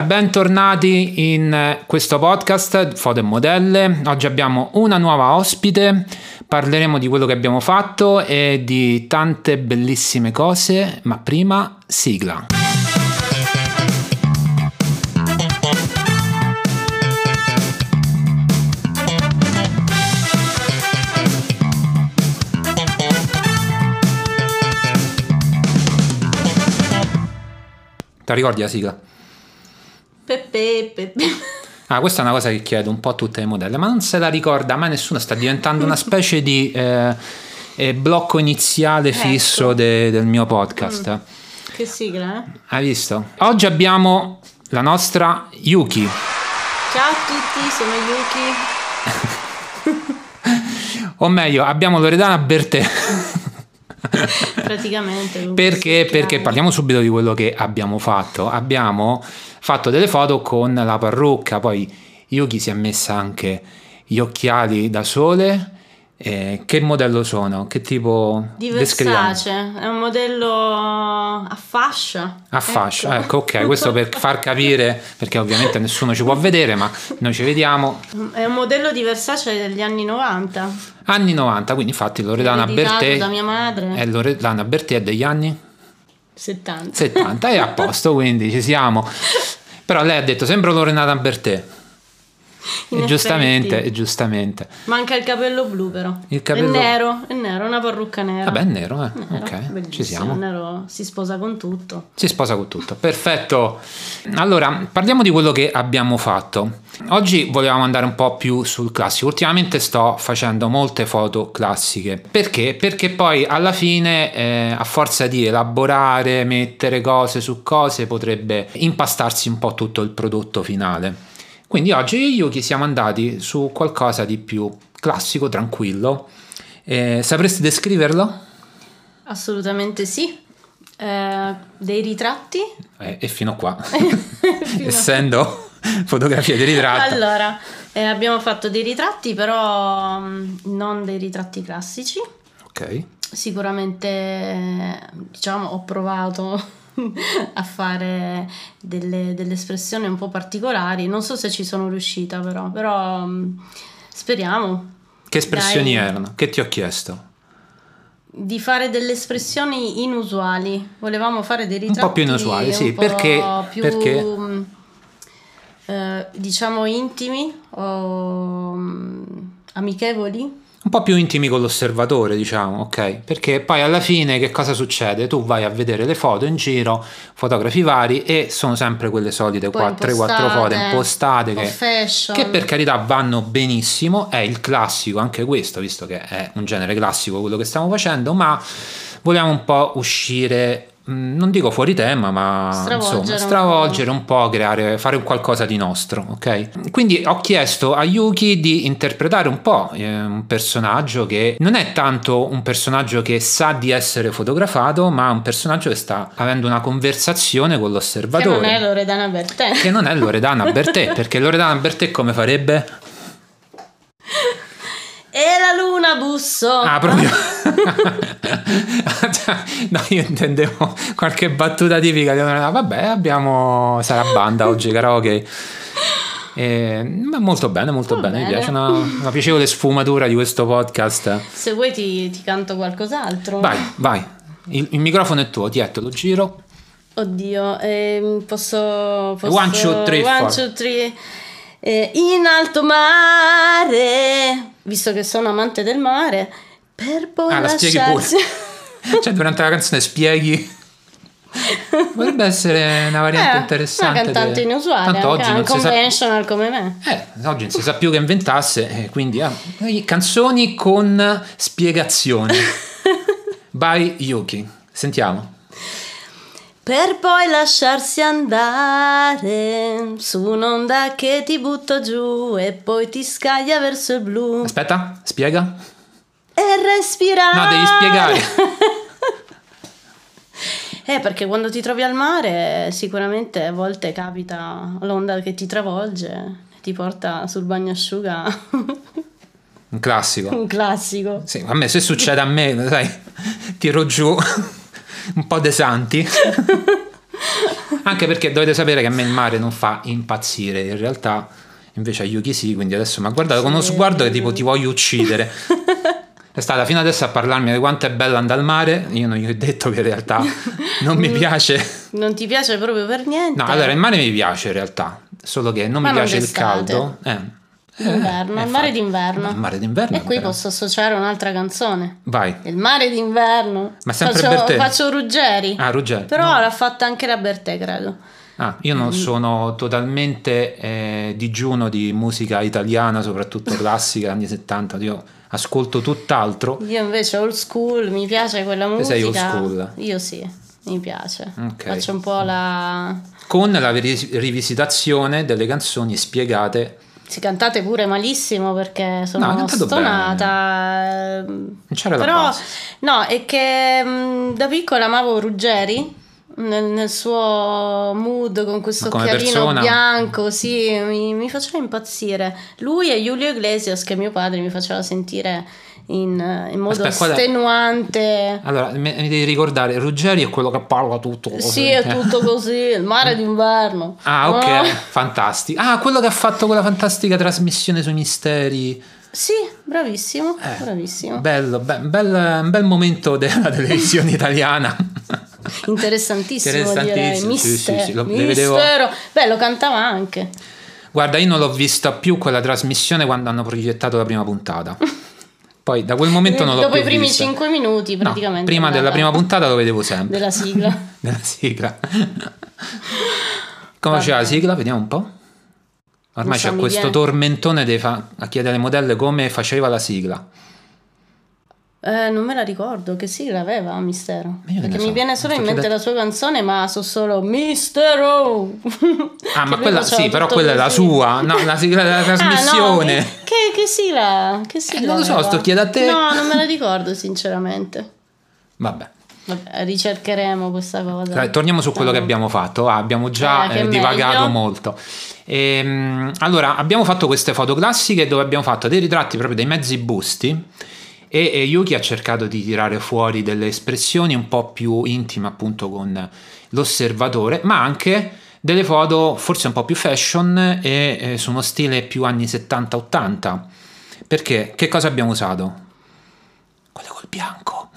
Bentornati in questo podcast Foto e Modelle. Oggi abbiamo una nuova ospite, parleremo di quello che abbiamo fatto e di tante bellissime cose, ma prima sigla. Ti ricordi la sigla? Peppe. Questa è una cosa che chiedo un po' a tutte le modelle, ma non se la ricorda mai nessuno, sta diventando una specie di blocco iniziale fisso del mio podcast. Che sigla, eh? Hai visto? Oggi abbiamo la nostra Yuki. Ciao a tutti, sono Yuki. O meglio, abbiamo Loredana Bertè. Praticamente. Perché parliamo subito di quello che abbiamo fatto. Abbiamo fatto delle foto con la parrucca, poi Yuki si è messa anche gli occhiali da sole. Che modello sono? Che tipo? Di Versace, è un modello a fascia. A fascia, ecco, ok, questo per far capire, perché ovviamente nessuno ci può vedere, ma noi ci vediamo. È un modello di Versace degli anni 90. Anni 90, quindi infatti Loredana Bertè. Da mia madre. Loredana Bertè è degli anni? 70 è a posto, quindi ci siamo. Però lei ha detto sembra Loredana Bertè. E giustamente. Manca il capello blu, però. Il capello... È nero, una parrucca nera. Vabbè, è nero, Nero, ok, ci siamo. Il nero si sposa con tutto. Perfetto. Allora, parliamo di quello che abbiamo fatto. Oggi volevamo andare un po' più sul classico. Ultimamente sto facendo molte foto classiche. Perché? Perché poi alla fine, a forza di elaborare, mettere cose su cose, potrebbe impastarsi un po' tutto il prodotto finale. Quindi oggi io e Yuki siamo andati su qualcosa di più classico, tranquillo. Sapresti descriverlo? Assolutamente sì. Dei ritratti. E fino a qua. Essendo fotografia di ritratto. Allora, abbiamo fatto dei ritratti, però non dei ritratti classici. Ok. Sicuramente, diciamo, ho provato a fare delle espressioni un po' particolari. Non so se ci sono riuscita, però speriamo. Che espressioni erano? Che ti ho chiesto? Di fare delle espressioni inusuali. Volevamo fare dei ritratti un po' più inusuali, sì. Perché? Diciamo intimi o amichevoli. Un po' più intimi con l'osservatore, diciamo, ok? Perché poi alla fine che cosa succede? Tu vai a vedere le foto in giro, fotografi vari, e sono sempre quelle solite 3-4 foto impostate che per carità vanno benissimo, è il classico anche questo, visto che è un genere classico quello che stiamo facendo, ma vogliamo un po' uscire, non dico fuori tema, ma stravolgere un po', fare qualcosa di nostro, ok? Quindi ho chiesto a Yuki di interpretare un po' un personaggio che non è tanto un personaggio che sa di essere fotografato, ma un personaggio che sta avendo una conversazione con l'osservatore. Che non è Loredana Bertè. Che non è Loredana Bertè, perché Loredana Bertè come farebbe? E la luna bussò. Proprio. No, io intendevo qualche battuta tipica di una... Vabbè, sarà banda oggi, karaoke. Ma molto bene, mi piace una piacevole sfumatura di questo podcast. Se vuoi ti canto qualcos'altro. Vai. Il microfono è tuo, lo giro. Oddio, posso 1, 2, 3 1, 2, 3. In alto mare, visto che sono amante del mare, per poi la spieghi pure. Cioè durante la canzone spieghi. Potrebbe essere una variante interessante. Una cantante inusuale, tanto oggi non conventional come me. Oggi non si sa più che inventasse, quindi canzoni con spiegazioni. By Yuki. Sentiamo. Per poi lasciarsi andare su un'onda che ti butta giù e poi ti scaglia verso il blu. Aspetta, spiega. E respirare. No, devi spiegare. Perché quando ti trovi al mare sicuramente a volte capita l'onda che ti travolge, ti porta sul bagnasciuga. Un classico. Un classico. Sì, a me se succede a me, sai, tiro giù un po' de santi. Anche perché dovete sapere che a me il mare non fa impazzire, in realtà invece a Yuki sì, quindi adesso mi ha guardato con uno sguardo che tipo ti voglio uccidere. È stata fino adesso a parlarmi di quanto è bello andare al mare, io non gli ho detto che in realtà non mi piace. Non ti piace proprio per niente? No, allora il mare mi piace in realtà, solo che non mi piace il caldo. D'inverno, il mare d'inverno. Il mare d'inverno. E qui posso associare un'altra canzone. Vai. Il mare d'inverno. Ma sempre Bertè. Faccio Ruggeri. Ah, Ruggeri. Però l'ha fatta anche la Bertè, credo. Ah, io non sono totalmente digiuno di musica italiana, soprattutto classica, anni 70, io ascolto tutt'altro. Io invece old school, mi piace quella musica. Sei old school? Io sì, mi piace. Okay. Faccio un po' la... Con la rivisitazione delle canzoni spiegate. Sì, cantate pure malissimo perché sono stonata. Non c'era la però base. No, è che da piccola amavo Ruggeri nel suo mood con questo occhialino bianco, sì, mi faceva impazzire. Lui e Julio Iglesias, che mio padre mi faceva sentire in modo estenuante. Allora, mi devi ricordare, Ruggeri è quello che parla tutto così. Sì, è tutto così, il mare d'inverno. Ah, ok, fantastico. Ah, quello che ha fatto quella fantastica trasmissione sui misteri. Sì, bravissimo, bravissimo. Bello, un bel momento della televisione italiana. Interessantissimo, direi. Sì, Mistero. Vedevo... Beh, lo cantava anche. Guarda, io non l'ho vista più quella trasmissione quando hanno proiettato la prima puntata. Poi da quel momento non l'ho più vista. Dopo i primi 5 minuti praticamente. No, prima della prima puntata lo vedevo sempre. Della sigla. Della sigla. Come c'è la sigla? Vediamo un po'. Ormai c'è questo tormentone a chiedere alle modelle come faceva la sigla. Non me la ricordo, che sigla aveva Mistero? Perché mi viene solo in mente la sua canzone, ma so solo Mistero. Ah, ma quella sì, però quella è la sua, no, la sigla della trasmissione. No, che sigla? Che sigla non lo so, sto chiedendo a te. No, non me la ricordo sinceramente. Vabbè, ricercheremo questa cosa. Dai, torniamo su quello che abbiamo fatto. Abbiamo già divagato molto. Allora, abbiamo fatto queste foto classiche dove abbiamo fatto dei ritratti proprio dei mezzi busti. E Yuki ha cercato di tirare fuori delle espressioni un po' più intime appunto con l'osservatore, ma anche delle foto forse un po' più fashion e su uno stile più anni 70-80. Perché? Che cosa abbiamo usato? Quelle col bianco.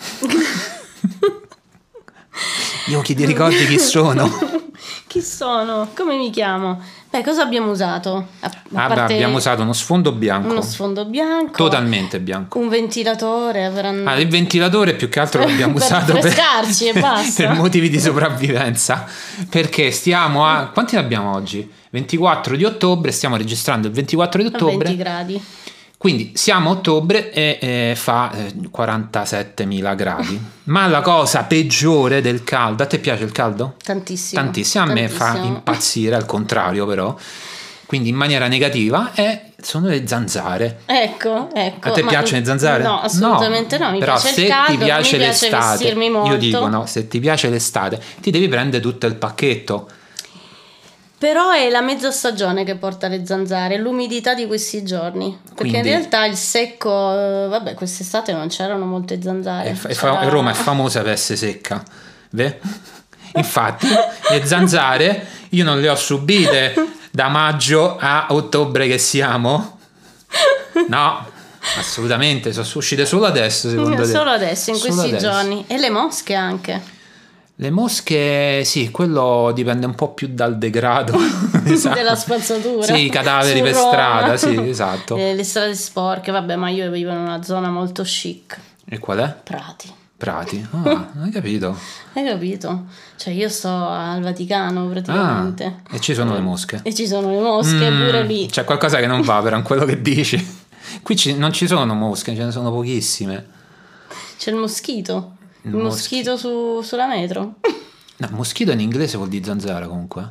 Yuki, ti ricordi chi sono? Chi sono? Come mi chiamo? Beh, cosa abbiamo usato? Abbiamo usato uno sfondo bianco. Uno sfondo bianco. Totalmente bianco. Un ventilatore. Il ventilatore più che altro l'abbiamo usato per frescarci e basta. Per motivi di sopravvivenza. Perché stiamo a... Quanti ne abbiamo oggi? 24 di ottobre, stiamo registrando il 24 di ottobre. A 20 gradi. Quindi siamo a ottobre e fa 47.000 gradi. Ma la cosa peggiore del caldo, a te piace il caldo? Tantissimo. Tantissimo, a me fa impazzire, al contrario però, quindi in maniera negativa, sono le zanzare. Ecco. A te piacciono le zanzare? No, assolutamente no, mi però piace il caldo, ti piace mi piace l'estate, vestirmi molto. io dico no, se ti piace l'estate ti devi prendere tutto il pacchetto. Però è la mezza stagione che porta le zanzare, l'umidità di questi giorni. Perché in realtà il secco, vabbè, quest'estate non c'erano molte zanzare. Roma è famosa per essere secca. Infatti, le zanzare io non le ho subite da maggio a ottobre che siamo. No, assolutamente, sono uscite solo adesso, secondo te? Solo adesso, in questi giorni. E le mosche anche. Le mosche, sì, quello dipende un po' più dal degrado della spazzatura. Sì, i cadaveri per strada, sì, esatto. Le strade sporche, vabbè, ma io vivo in una zona molto chic. E qual è? Prati. Hai capito? Hai capito? Cioè io sto al Vaticano praticamente. E ci sono le mosche. E ci sono le mosche pure lì. C'è qualcosa che non va però in quello che dici. Qui non ci sono mosche, ce ne sono pochissime. C'è il moschito. Il moschito sulla metro. No, moschito in inglese vuol dire zanzara comunque.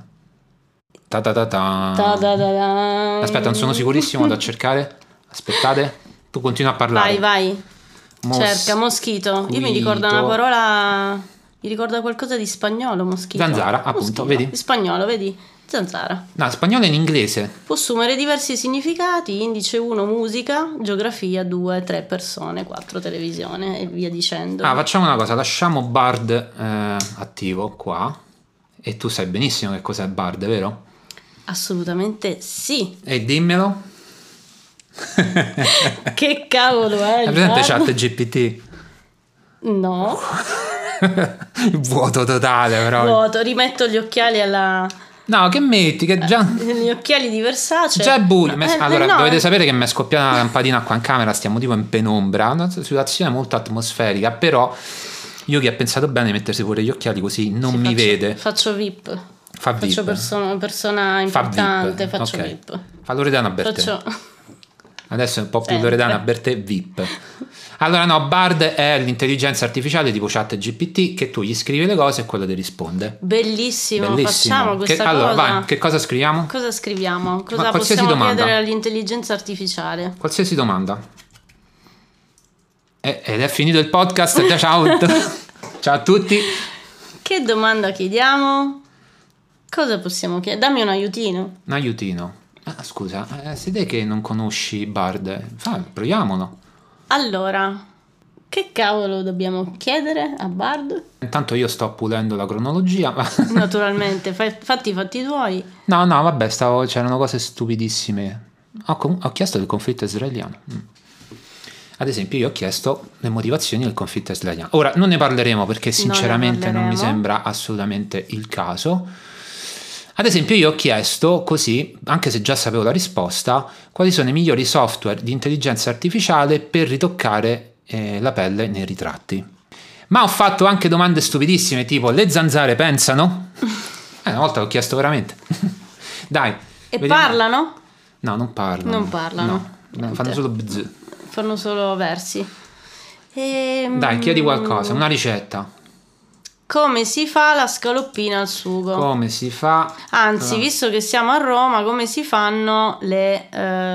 Aspetta, non sono sicurissimo, vado a cercare. Aspettate, tu continua a parlare. Vai. Cerca moschito. Io mi ricordo una parola. Mi ricorda qualcosa di spagnolo, moschito. Zanzara, appunto, vedi? In spagnolo, vedi? Zanzara. No, spagnolo in inglese. Può assumere diversi significati. Indice 1 musica, geografia 2 3 persone, 4 televisione e via dicendo. Facciamo una cosa, lasciamo Bard attivo qua E tu sai benissimo che cos'è Bard, vero? Assolutamente sì. E dimmelo. Che cavolo è? Hai presente ChatGPT? No. Il vuoto totale, però. Vuoto, rimetto gli occhiali alla... No, che metti? Che già... Gli occhiali di Versace. Già è buio. Allora, no. dovete sapere che mi è scoppiata una lampadina qua in camera, stiamo tipo in penombra, una situazione molto atmosferica, però Yogi ha pensato bene di mettersi pure gli occhiali così non mi vede. Faccio VIP. Fa VIP. Faccio persona importante, fa VIP. faccio Okay. VIP. Fa Loredana Bertè. Adesso è un po' più Loredana Bertè VIP. Allora no, Bard è l'intelligenza artificiale tipo ChatGPT che tu gli scrivi le cose e quello ti risponde. Bellissimo. Facciamo questa cosa. Allora vai, che cosa scriviamo? Cosa scriviamo? Cosa possiamo chiedere all'intelligenza artificiale? Qualsiasi domanda. Ed è finito il podcast. Ciao. Ciao a tutti. Che domanda chiediamo? Cosa possiamo chiedere? Dammi un aiutino. Un aiutino. Scusa, siete che non conosci Bard? Proviamolo. Allora, che cavolo dobbiamo chiedere a Bard? Intanto io sto pulendo la cronologia. Naturalmente, fatti i fatti tuoi. No, vabbè, c'erano cose stupidissime. Ho chiesto del conflitto israeliano. Ad esempio, io ho chiesto le motivazioni del conflitto israeliano. Ora, non ne parleremo perché sinceramente non mi sembra assolutamente il caso. Ad esempio, io ho chiesto così, anche se già sapevo la risposta, quali sono i migliori software di intelligenza artificiale per ritoccare la pelle nei ritratti. Ma ho fatto anche domande stupidissime, tipo le zanzare pensano? Una volta l'ho chiesto veramente. Dai. E vediamo. Parlano? No, non parlano. Non parlano. No, fanno solo bzz. Fanno solo versi. Dai, chiedi qualcosa, una ricetta. Come si fa la scaloppina al sugo? Come si fa? Anzi, visto che siamo a Roma, come si fanno le...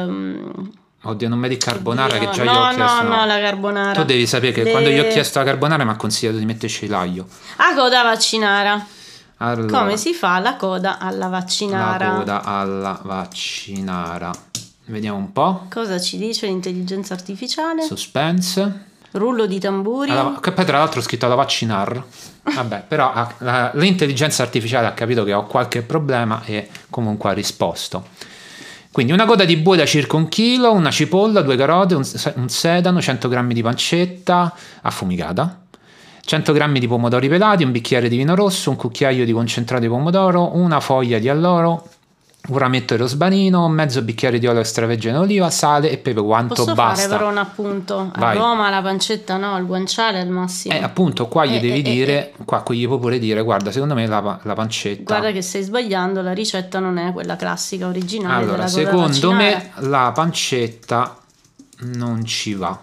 Oddio, non mi dica carbonara che già io ho chiesto. No, la carbonara. Tu devi sapere che quando gli ho chiesto la carbonara mi ha consigliato di metterci l'aglio. A coda vaccinara. Allora, come si fa la coda alla vaccinara? La coda alla vaccinara. Vediamo un po'. Cosa ci dice l'intelligenza artificiale? Suspense. Rullo di tamburi. Che poi tra l'altro ho scritto alla vaccinar. Vabbè, però l'intelligenza artificiale ha capito che ho qualche problema e comunque ha risposto. Quindi una coda di bue da circa 1 chilo, una cipolla, 2 carote, un sedano, 100 grammi di pancetta affumicata, 100 grammi di pomodori pelati, un bicchiere di vino rosso, un cucchiaio di concentrato di pomodoro, una foglia di alloro, un rametto di rosmarino, mezzo bicchiere di olio extravergine d'oliva, sale e pepe. Quanto Posso basta? Posso fare però un appunto? A Vai. Roma la pancetta no, il guanciale al massimo. Appunto, qua gli devi dire, qua gli puoi pure dire, guarda, secondo me la pancetta... Guarda che stai sbagliando, la ricetta non è quella classica originale. Allora, della secondo me la pancetta non ci va.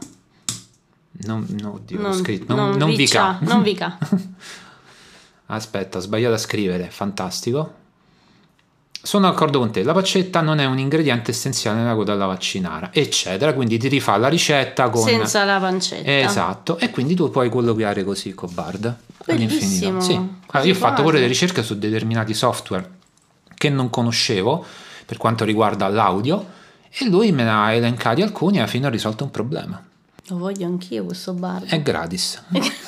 Oddio, ho scritto. Non vi ca. Non vi ca. Aspetta, ho sbagliato a scrivere, fantastico. Sono d'accordo con te, la pancetta non è un ingrediente essenziale nella coda alla vaccinara, eccetera, quindi ti rifà la ricetta con... senza la pancetta. Esatto, e quindi tu puoi colloquiare così con Bard all'infinito. Sì. Allora, io ho fatto pure delle ricerche su determinati software che non conoscevo per quanto riguarda l'audio e lui me ne ha elencati alcuni e alla fine ho risolto un problema. Lo voglio anch'io questo Bard. È gratis.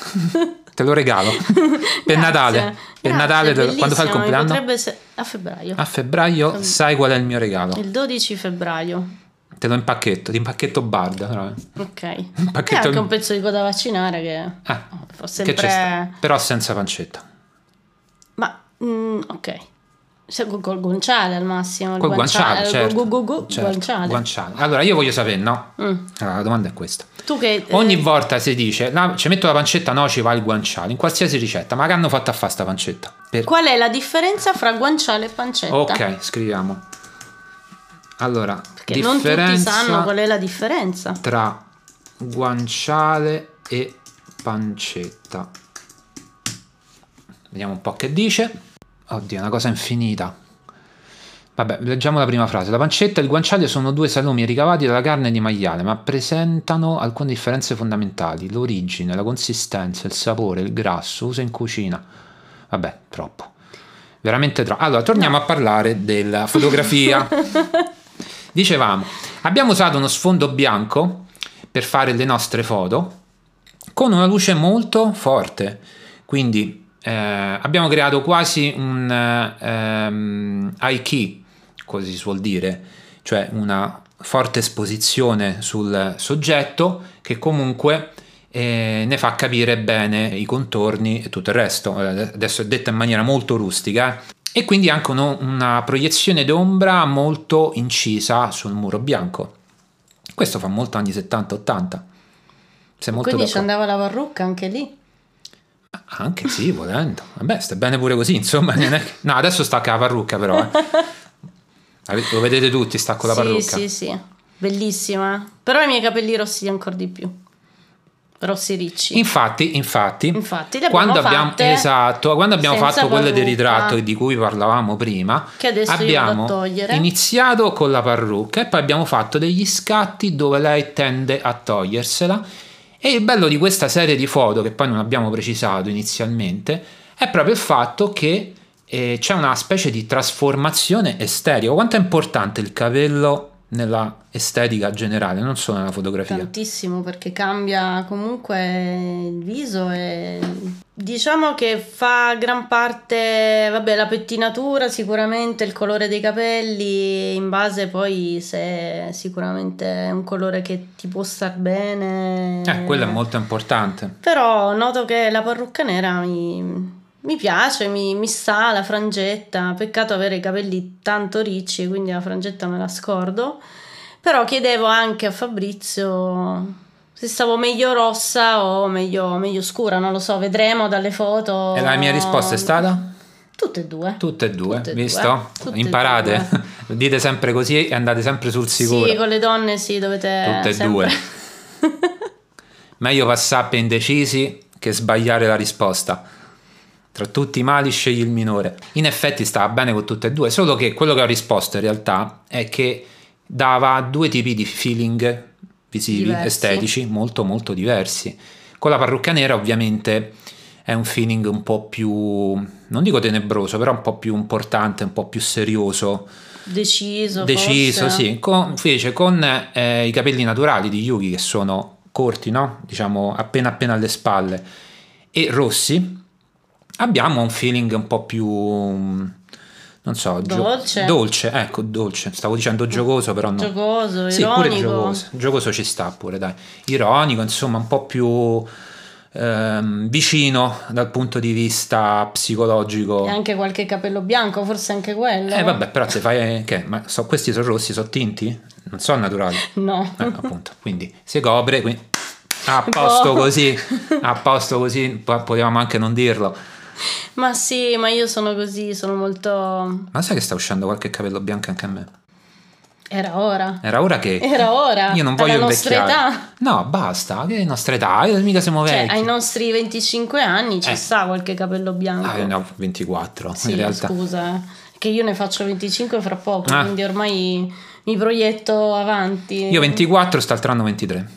Te lo regalo per Natale. Per Natale, quando fai il compleanno? A febbraio. A febbraio sai qual è il mio regalo? Il 12 febbraio. Te lo impacchetto, ti impacchetto Bard. Però. Ok. E anche un pezzo di coda vaccinare che fa sempre... che c'è sta, però senza pancetta. Ma ok. Col guanciale al massimo. Col guanciale, certo. Guanciale. Allora io voglio sapere, no? Allora, la domanda è questa. Tu che ogni volta si dice ci metto la pancetta, no, ci va il guanciale in qualsiasi ricetta, ma che hanno fatto a fare sta pancetta? Qual è la differenza fra guanciale e pancetta? Ok, scriviamo. Allora, perché non tutti sanno qual è la differenza tra guanciale e pancetta. Vediamo un po' che dice. Oddio, è una cosa infinita. Vabbè, leggiamo la prima frase. La pancetta e il guanciale sono 2 salumi ricavati dalla carne di maiale, ma presentano alcune differenze fondamentali: l'origine, la consistenza, il sapore, il grasso, uso in cucina. Vabbè, troppo. Veramente troppo. Allora, torniamo a parlare della fotografia. Dicevamo, abbiamo usato uno sfondo bianco per fare le nostre foto con una luce molto forte. Quindi abbiamo creato quasi un high-key, così si suol dire, cioè una forte esposizione sul soggetto che comunque ne fa capire bene i contorni e tutto il resto. Adesso è detta in maniera molto rustica, e quindi anche una proiezione d'ombra molto incisa sul muro bianco. Questo fa molto anni 70-80. Quindi ci andava la parrucca anche lì? Anche sì, volendo. Vabbè, sta bene pure così, insomma. No, adesso stacca la parrucca però. Lo vedete tutti, stacco la parrucca. Sì, bellissima. Però i miei capelli rossi ancora di più. Rossi ricci. Infatti quando abbiamo fatto quelle del ritratto di cui parlavamo prima, che adesso abbiamo io vado a togliere. iniziato con la parrucca e poi abbiamo fatto degli scatti dove lei tende a togliersela. E il bello di questa serie di foto, che poi non abbiamo precisato inizialmente, è proprio il fatto che c'è una specie di trasformazione estetica. Quanto è importante il capello nella estetica generale, non solo nella fotografia? Tantissimo, perché cambia comunque il viso e diciamo che fa gran parte, vabbè, la pettinatura sicuramente, il colore dei capelli, in base poi se sicuramente è un colore che ti può star bene. Quello è molto importante. Però noto che la parrucca nera mi piace, mi sta la frangetta. Peccato avere i capelli tanto ricci, quindi la frangetta me la scordo. Però chiedevo anche a Fabrizio se stavo meglio rossa o meglio scura, non lo so, vedremo dalle foto. E la mia risposta è stata? Tutte e due, visto? Imparate, dite sempre così e andate sempre sul sicuro. Sì, con le donne sì, dovete tutte e sempre... due. Meglio passare per indecisi che sbagliare la risposta. Tra tutti i mali scegli il minore. In effetti stava bene con tutte e due, solo che quello che ho risposto in realtà è che dava due tipi di feeling visivi, diversi, estetici, molto molto diversi. Con la parrucca nera ovviamente è un feeling un po' più, non dico tenebroso, però un po' più importante, un po' più serioso. Deciso forse. Sì. Invece con i capelli naturali di Yuki, che sono corti, no? Diciamo appena alle spalle, e rossi, abbiamo un feeling un po' più, non so, dolce, ecco, dolce. Stavo dicendo giocoso, però no. Giocoso, sì, ironico. Pure giocoso ci sta pure, dai. Ironico, insomma, un po' più vicino dal punto di vista psicologico. E anche qualche capello bianco, forse anche quello. Vabbè, però se fai che? Ma questi sono rossi, sono tinti? Non sono naturali. No. Appunto, quindi si copre, quindi a posto così, potevamo anche non dirlo. Ma sì, ma io sono così, sono molto... Ma sai che sta uscendo qualche capello bianco anche a me? Era ora. Che? Era ora. Io non voglio invecchiare. Alla nostra età? No, basta, che nostra età? Mica siamo vecchi. Ai nostri 25 anni ci sta qualche capello bianco. No, 24 sì, in realtà. Scusa, che io ne faccio 25 fra poco, quindi ormai mi proietto avanti. Io 24, st'altro anno 23.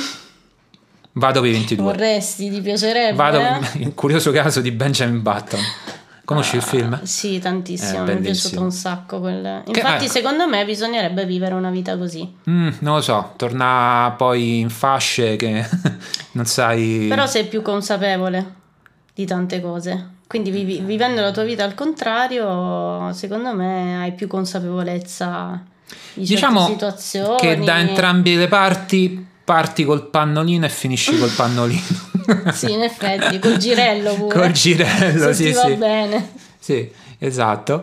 Vado per i 22. Vorresti, ti piacerebbe? Vado in curioso caso di Benjamin Button. Conosci il film? Sì, tantissimo, mi è piaciuto un sacco quel... Infatti secondo me bisognerebbe vivere una vita così. Non lo so, torna poi in fasce che non sai... Però sei più consapevole di tante cose. Quindi vivendo la tua vita al contrario, secondo me hai più consapevolezza di certe situazioni. Che da entrambe le parti col pannolino e finisci col pannolino. Sì, in effetti, col girello pure. Col girello, sì. Va bene. Sì, esatto.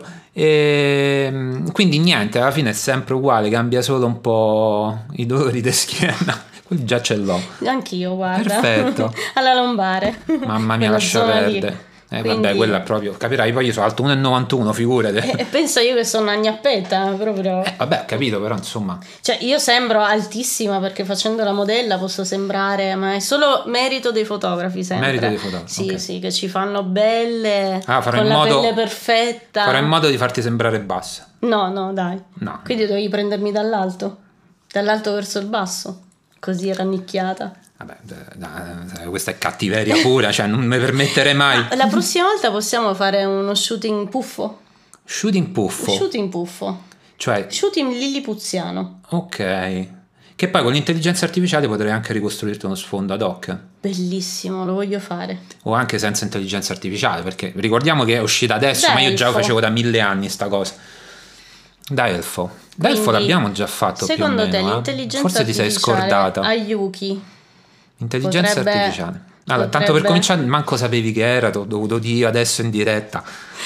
E quindi niente, alla fine è sempre uguale, cambia solo un po' i dolori di schiena. Quelli già ce l'ho. Anch'io, guarda. Perfetto. Alla lombare. Mamma mia, lascia perdere. Quindi... Vabbè, quella è proprio, capirai, poi io sono alto 1,91, figurate. E penso io che sono una gnappetta, proprio. Vabbè, capito, però insomma. Cioè, io sembro altissima perché facendo la modella posso sembrare, ma è solo merito dei fotografi sempre. Merito dei fotografi. Sì, okay. Sì, che ci fanno belle, farò con in la modo, pelle perfetta. Farò in modo di farti sembrare bassa. No, dai. No. Quindi devi prendermi dall'alto verso il basso, così rannicchiata. Vabbè, questa è cattiveria pura, cioè non mi permetterei mai. La prossima volta possiamo fare uno shooting puffo. Shooting puffo? Shooting puffo. Cioè... Shooting lillipuziano. Ok. Che poi con l'intelligenza artificiale potrei anche ricostruirti uno sfondo ad hoc. Bellissimo, lo voglio fare. O anche senza intelligenza artificiale, perché ricordiamo che è uscita adesso, Da ma io già lo Elfo. facevo da 1000 anni sta cosa. Da Elfo. Da Elfo Quindi, l'abbiamo già fatto più o secondo meno. te l'intelligenza Forse ti sei artificiale scordata. Ayuki Intelligenza potrebbe- artificiale. Allora, tanto per cominciare, manco sapevi che era, t'ho dovuto dire adesso in diretta.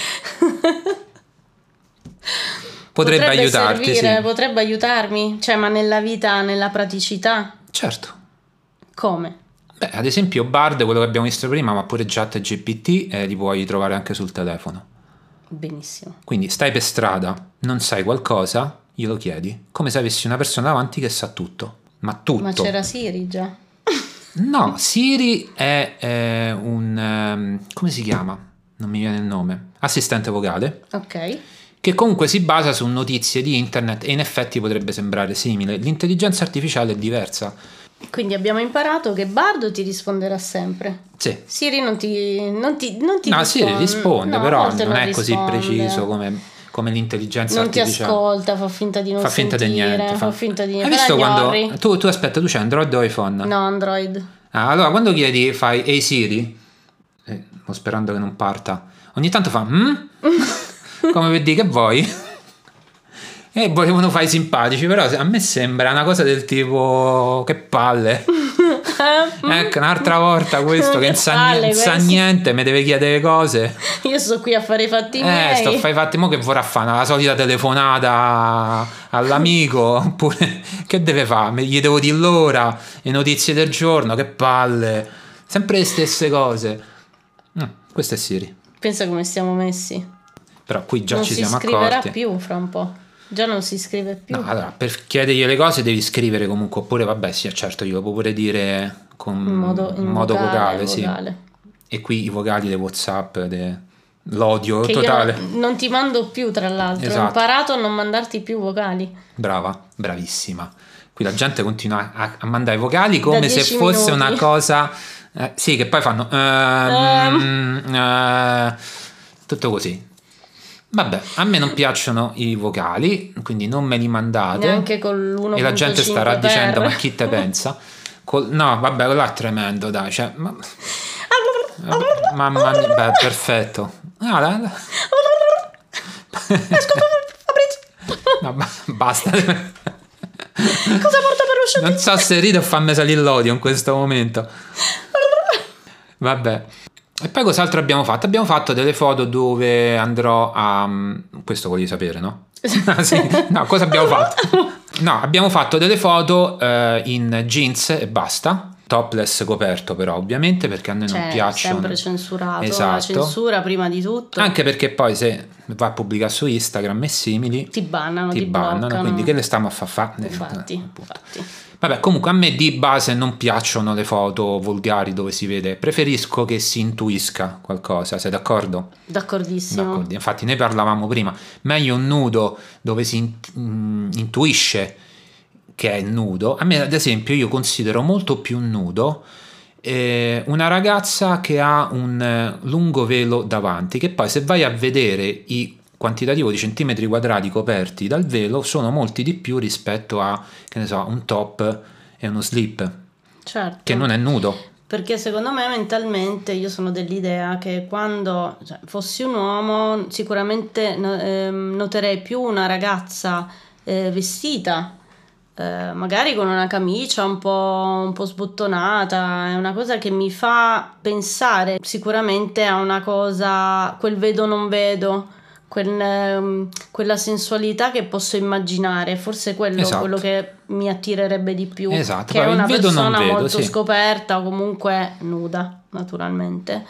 Potrebbe aiutarti, servire, sì. potrebbe aiutarmi, cioè, ma nella vita, nella praticità, Certo. come? Beh, ad esempio Bard, quello che abbiamo visto prima, ma pure ChatGPT, li puoi trovare anche sul telefono. Benissimo. Quindi stai per strada, non sai qualcosa, glielo chiedi, come se avessi una persona davanti che sa tutto. Ma tutto. Ma c'era Siri già. No, Siri è un... come si chiama? Non mi viene il nome. Assistente vocale. Ok. Che comunque si basa su notizie di internet e in effetti potrebbe sembrare simile. L'intelligenza artificiale è diversa. Quindi abbiamo imparato che Bardo ti risponderà sempre. Sì. Siri non ti No, Siri risponde, no, a però volte non è così risponde. preciso come l'intelligenza Non ti artificiale. ascolta, fa finta di non Fa finta di sentire, niente. fa finta di Hai niente. visto Però quando... ignori. Tu aspetta, tu c'hai Android o iPhone? No, Android. Ah, allora quando chiedi, fai Ehi Siri, sto sperando che non parta, ogni tanto fa come per dire che vuoi? E volevano fare i simpatici, però a me sembra una cosa del tipo che palle. Ecco, un'altra volta questo che non sa niente, mi deve chiedere cose. Io sto qui a fare i fatti miei. Sto a fare i fatti, mo che vorrà fare la solita telefonata all'amico, oppure che deve fare? Gli devo dire l'ora, le notizie del giorno, che palle, sempre le stesse cose. Questo è Siri. Pensa come stiamo messi. Però qui già non ci siamo accorti. Non si scriverà più fra un po'. Già non si scrive più. No, allora, per chiedergli le cose devi scrivere comunque, oppure vabbè, sì, certo, io lo può pure dire in modo vocale, sì. E qui i vocali dei WhatsApp, l'odio che totale. Io non ti mando più, tra l'altro. Esatto. Ho imparato a non mandarti più vocali. Brava, bravissima. Qui la gente continua a mandare vocali come se fosse una cosa... sì, che poi fanno... tutto così. Vabbè, a me non piacciono i vocali, quindi non me li mandate. Neanche con l'1.5 e la gente starà dicendo, ma chi te pensa? No, vabbè, quello è tremendo, dai. Cioè, mamma mia, beh, perfetto. No, basta. Cosa porta per uscire? Non so se rido o fammi salire l'odio in questo momento. Vabbè. E poi cos'altro abbiamo fatto? Abbiamo fatto delle foto dove andrò a... Questo volevi sapere, no? Sì. No, cosa abbiamo fatto? No, abbiamo fatto delle foto in jeans e basta. Topless coperto però ovviamente, perché a noi non piacciono. Sempre censurato. Esatto. La censura prima di tutto. Anche perché poi se vai a pubblicare su Instagram e simili ti bannano, ti bannano, quindi che le stiamo a fare? Infatti. Vabbè, comunque a me di base non piacciono le foto volgari dove si vede, preferisco che si intuisca qualcosa, sei d'accordo? D'accordissimo. Infatti ne parlavamo prima, meglio un nudo dove si intuisce che è nudo. A me ad esempio io considero molto più nudo una ragazza che ha un lungo velo davanti, che poi se vai a vedere i quantitativo di centimetri quadrati coperti dal velo sono molti di più rispetto a, che ne so, un top e uno slip, certo, che non è nudo. Perché secondo me mentalmente io sono dell'idea che quando fossi un uomo sicuramente noterei più una ragazza vestita, magari con una camicia un po' sbottonata, è una cosa che mi fa pensare sicuramente a una cosa, quel vedo non vedo, quella sensualità che posso immaginare, forse quello che mi attirerebbe di più, esatto, che è una persona molto sì, scoperta o comunque nuda naturalmente,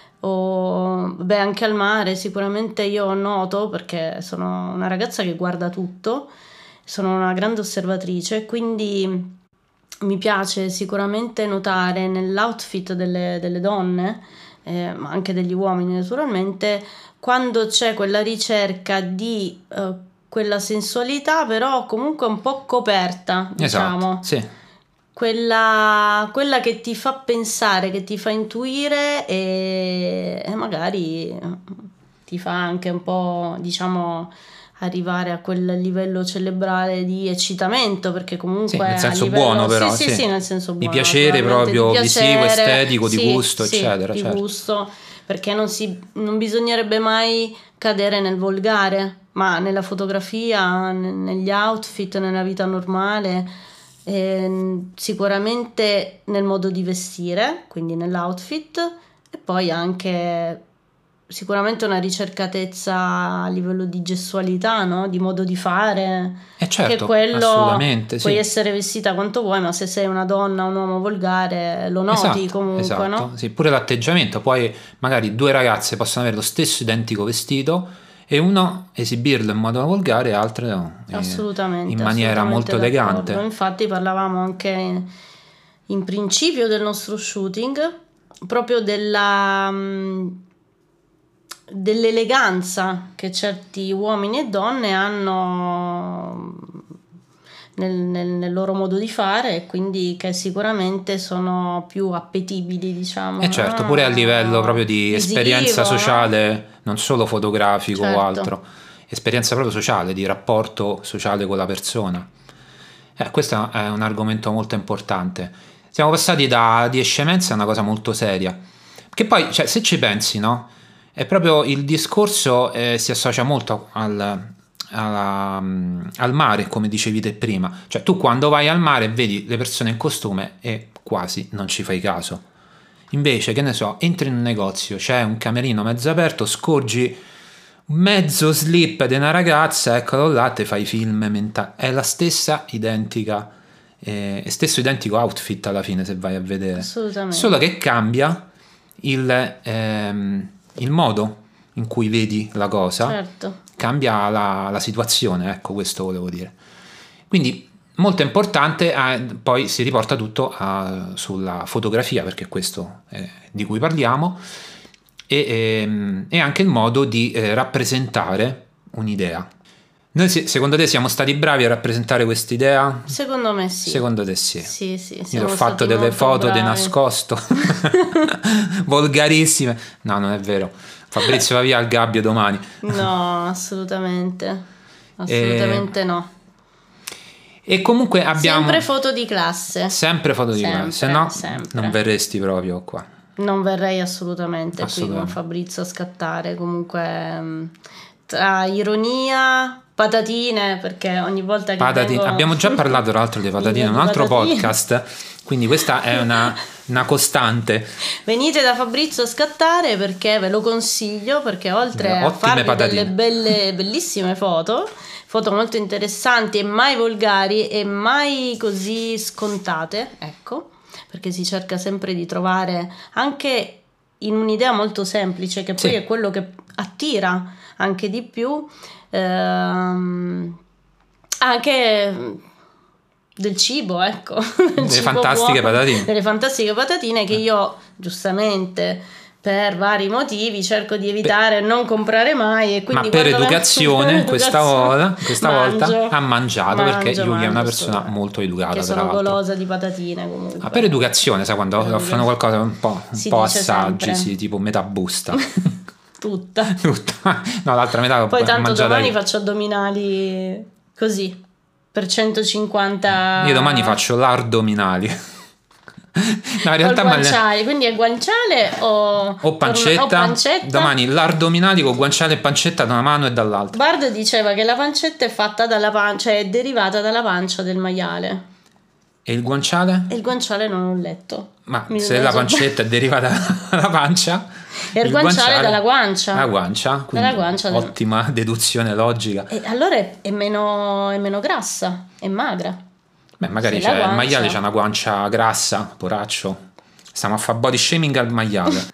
o anche al mare sicuramente io noto, perché sono una ragazza che guarda tutto, sono una grande osservatrice, quindi mi piace sicuramente notare nell'outfit delle donne, ma anche degli uomini naturalmente, quando c'è quella ricerca di quella sensualità però comunque un po' coperta, diciamo. Esatto, sì. Quella che ti fa pensare, che ti fa intuire e magari ti fa anche un po', diciamo, arrivare a quel livello cerebrale di eccitamento, perché comunque nel senso a livello, buono però, sì, nel senso buono, di piacere proprio, di visivo, piacere, estetico, di gusto, eccetera, di certo. gusto, perché non bisognerebbe mai cadere nel volgare, ma nella fotografia, negli outfit, nella vita normale, sicuramente nel modo di vestire, quindi nell'outfit, e poi anche sicuramente una ricercatezza a livello di gestualità, no? Di modo di fare, certo, che quello assolutamente, puoi sì. essere vestita quanto vuoi, ma se sei una donna o un uomo volgare lo noti, Esatto, comunque, esatto. no? Sì, pure l'atteggiamento, poi magari due ragazze possono avere lo stesso identico vestito e uno esibirlo in modo volgare e l'altro Assolutamente, in maniera assolutamente molto elegante. d'accordo. Infatti parlavamo anche in principio del nostro shooting proprio dell'eleganza che certi uomini e donne hanno nel loro modo di fare, e quindi che sicuramente sono più appetibili, diciamo. E certo, pure a livello proprio di visivo, esperienza no? sociale, non solo fotografico Certo. o altro, esperienza proprio sociale, di rapporto sociale con la persona. Questo è un argomento molto importante. Siamo passati di scemenza a una cosa molto seria, che poi, cioè, se ci pensi, no? È proprio il discorso si associa molto al mare, come dicevi te prima. Cioè, tu quando vai al mare vedi le persone in costume e quasi non ci fai caso. Invece, che ne so, entri in un negozio, c'è un camerino mezzo aperto, scorgi mezzo slip di una ragazza, eccolo là, te fai film mentali. È la stessa identica, stesso identico outfit alla fine, se vai a vedere. Assolutamente. Solo che cambia il modo in cui vedi la cosa, certo. Cambia la situazione, ecco, questo volevo dire. Quindi molto importante, poi si riporta tutto sulla fotografia, perché questo è di cui parliamo, e anche il modo di rappresentare un'idea. Noi secondo te siamo stati bravi a rappresentare quest'idea? Secondo me sì. Secondo te sì? Sì. Io ho fatto delle foto di nascosto volgarissime. No, non è vero. Fabrizio va via al gabbio domani. No, assolutamente. Assolutamente no. E comunque abbiamo sempre foto di classe. Sempre foto di classe, se no sempre. non verresti proprio qua. Non verrei assolutamente qui con Fabrizio a scattare. Comunque tra ironia, patatine, perché ogni volta che abbiamo già parlato tra l'altro di patatine in un altro podcast, quindi questa è una costante. Venite da Fabrizio a scattare, perché ve lo consiglio, perché oltre a farvi delle bellissime foto molto interessanti e mai volgari e mai così scontate, ecco, perché si cerca sempre di trovare anche in un'idea molto semplice, che poi è quello che attira anche di più, anche del cibo, ecco, delle fantastiche patatine che io giustamente per vari motivi cerco di evitare, non comprare mai, e quindi ma per educazione questa volta ha mangiato, perché Yuki è una persona molto educata, che sono golosa di patatine comunque. Ma per educazione, sai, quando offrono qualcosa un po' assaggi, sì, tipo metà busta. Tutta. No, l'altra metà l'ho poi tanto domani io. Faccio addominali così per 150. Io domani faccio l'ardominali. No, in realtà guanciale, quindi è guanciale o pancetta. Domani l'ardominali con guanciale e pancetta da una mano e dall'altra. Bard diceva che la pancetta è fatta dalla pancia, è derivata dalla pancia del maiale. E il guanciale? E il guanciale non ho letto. Ma se la pancetta è derivata dalla pancia, e il guanciale dalla guancia. La guancia, quindi dalla guancia ottima deduzione logica. E allora è meno grassa, è magra. Beh, magari il maiale c'ha una guancia grassa, poraccio. Stiamo a fare body shaming al maiale.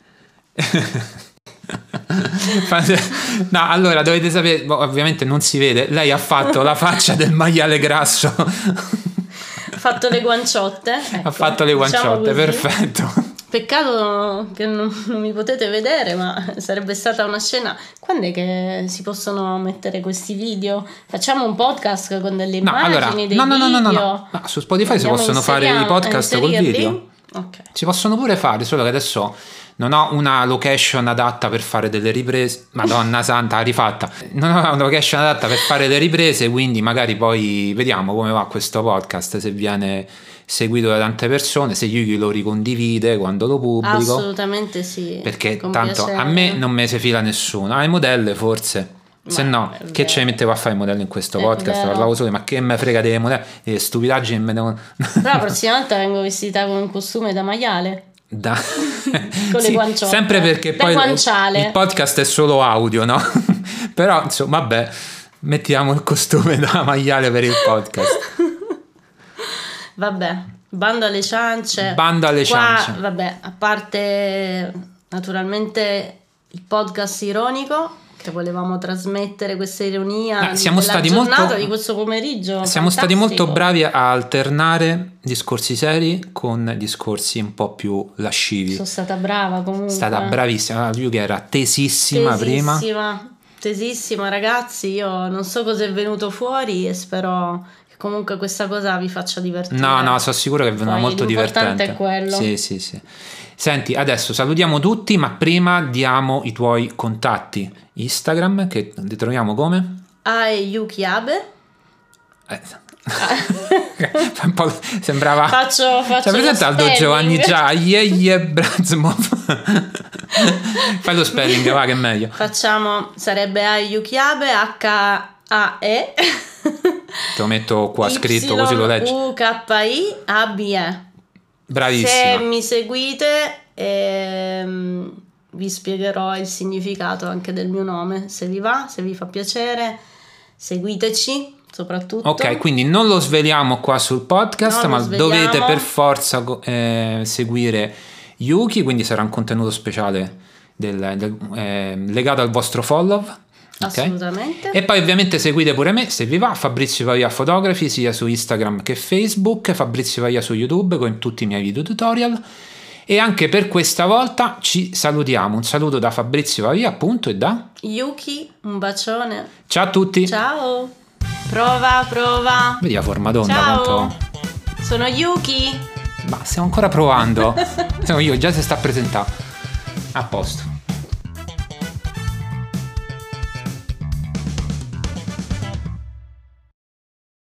No, allora dovete sapere, ovviamente non si vede, lei ha fatto la faccia del maiale grasso. Ha fatto le guanciotte. Ecco, ha fatto le guanciotte, perfetto. Peccato che non mi potete vedere, ma sarebbe stata una scena. Quando è che si possono mettere questi video? Facciamo un podcast con delle immagini, dei video? No. Su Spotify si possono fare i podcast col video. Okay. Si possono pure fare, solo che adesso non ho una location adatta per fare delle riprese, madonna santa, rifatta, non ho una location adatta per fare le riprese, quindi magari poi vediamo come va questo podcast, se viene seguito da tante persone, se Yuki lo ricondivide quando lo pubblico. Assolutamente sì, perché tanto piacere. A me non me se fila nessuno, ai modelle forse. Se no, che ce ne mettevo a fare i modelli in questo podcast? Parlavo solo, ma che me frega dei modelli, delle stupidaggini me devo... Però prossimamente vengo vestita con un costume da maiale. Con le guanciotte. Sempre perché poi il podcast è solo audio, no? Però insomma, vabbè, mettiamo il costume da maiale per il podcast. Vabbè, bando alle ciance. Bando alle ciance. Vabbè, a parte naturalmente il podcast ironico, che volevamo trasmettere questa ironia siamo stati molto di questo pomeriggio. Siamo stati molto bravi a alternare discorsi seri con discorsi un po' più lascivi. Sono stata brava comunque. Stata bravissima. Yuki era tesissima prima. Tesissima, ragazzi. Io non so cosa è venuto fuori e spero che comunque questa cosa vi faccia divertire. No, sono sicuro che è venuto molto divertente. L'importante è quello. Sì. Senti, adesso salutiamo tutti, ma prima diamo i tuoi contatti. Instagram, che li troviamo come? Yuki Abe. Un po' sembrava faccio presente Aldo Giovanni già Brazmov. Fai lo spelling, va, che è meglio. Sarebbe Yuki Abe, H-A-E. Te lo metto qua scritto così lo leggi. U-K-I-A-B-E. Bravissima. Se mi seguite vi spiegherò il significato anche del mio nome, se vi va, se vi fa piacere, seguiteci soprattutto. Ok, quindi non lo sveliamo qua sul podcast, ma dovete per forza seguire Yuki, quindi sarà un contenuto speciale legato al vostro follow. Okay. Assolutamente. E poi ovviamente seguite pure me, se vi va, Fabrizio Pavia Photography, sia su Instagram che Facebook, Fabrizio Pavia su YouTube con tutti i miei video tutorial. E anche per questa volta ci salutiamo. Un saluto da Fabrizio Pavia, appunto, e da Yuki, un bacione. Ciao a tutti. Ciao. Prova. Vedi la forma d'onda. Ciao. Quanto... Sono Yuki. Ma stiamo ancora provando. Io già si sta presentando. A posto.